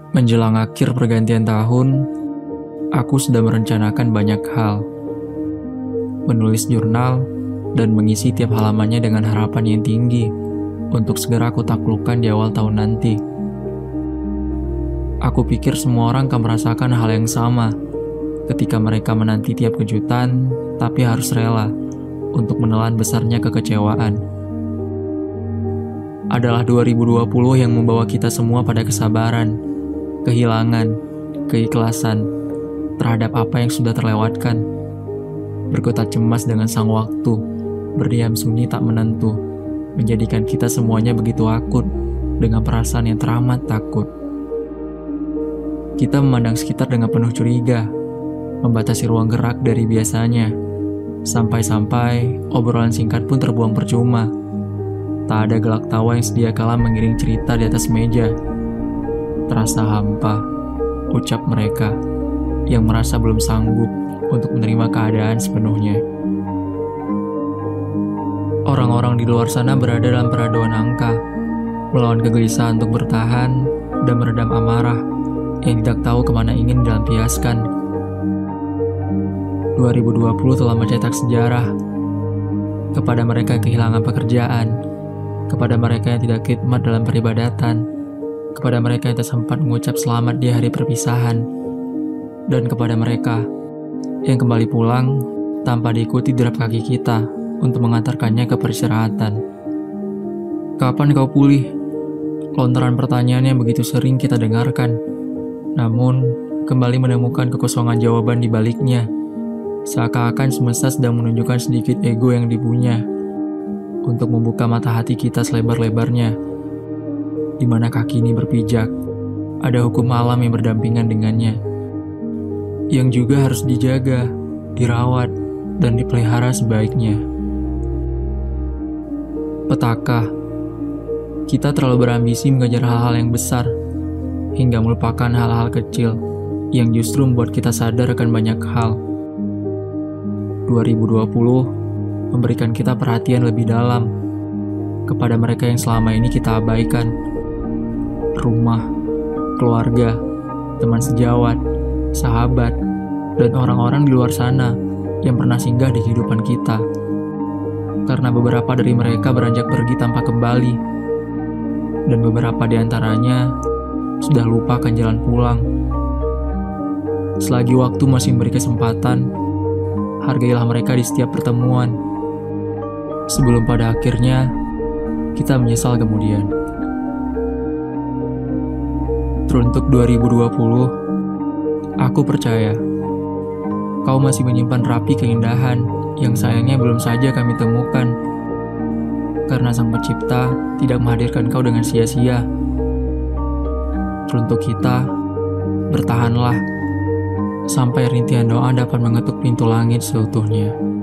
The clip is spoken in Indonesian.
Menjelang akhir pergantian tahun, aku sudah merencanakan banyak hal. Menulis jurnal dan mengisi tiap halamannya dengan harapan yang tinggi untuk segera aku taklukkan di awal tahun nanti. Aku pikir semua orang akan merasakan hal yang sama ketika mereka menanti tiap kejutan, tapi harus rela untuk menelan besarnya kekecewaan. Adalah 2020 yang membawa kita semua pada kesabaran, kehilangan, keikhlasan terhadap apa yang sudah terlewatkan. Berkutat cemas dengan sang waktu, berdiam sunyi tak menentu, menjadikan kita semuanya begitu akut dengan perasaan yang teramat takut. Kita memandang sekitar dengan penuh curiga, membatasi ruang gerak dari biasanya, sampai-sampai obrolan singkat pun terbuang percuma. Tak ada gelak tawa yang sedia kala mengiring cerita di atas meja. Terasa hampa, ucap mereka yang merasa belum sanggup untuk menerima keadaan sepenuhnya. Orang-orang di luar sana berada dalam peraduan angka, melawan kegelisahan untuk bertahan dan meredam amarah yang tidak tahu kemana ingin dilampiaskan. 2020 telah mencetak sejarah. Kepada mereka yang kehilangan pekerjaan, kepada mereka yang tidak khidmat dalam peribadatan, kepada mereka yang tak sempat mengucap selamat di hari perpisahan, dan kepada mereka yang kembali pulang tanpa diikuti derap kaki kita untuk mengantarkannya ke peristirahatan. Kapan kau pulih? Lontaran pertanyaan yang begitu sering kita dengarkan, namun kembali menemukan kekosongan jawaban di baliknya. Seakan-akan semesta sedang menunjukkan sedikit ego yang dipunya untuk membuka mata hati kita selebar-lebarnya. Di mana kaki ini berpijak, ada hukum alam yang berdampingan dengannya, yang juga harus dijaga, dirawat, dan dipelihara sebaiknya. Petaka, kita terlalu berambisi mengejar hal-hal yang besar, hingga melupakan hal-hal kecil yang justru membuat kita sadar akan banyak hal. 2020 memberikan kita perhatian lebih dalam kepada mereka yang selama ini kita abaikan. Rumah, keluarga, teman sejawat, sahabat, dan orang-orang di luar sana yang pernah singgah di kehidupan kita. Karena beberapa dari mereka beranjak pergi tanpa kembali, dan beberapa di antaranya sudah lupa akan jalan pulang. Selagi waktu masih memberi kesempatan, hargailah mereka di setiap pertemuan, sebelum pada akhirnya kita menyesal kemudian. Teruntuk 2020, aku percaya kau masih menyimpan rapi keindahan yang sayangnya belum saja kami temukan, karena Sang Pencipta tidak menghadirkan kau dengan sia-sia. Teruntuk kita, bertahanlah sampai rintihan doa dapat mengetuk pintu langit seutuhnya.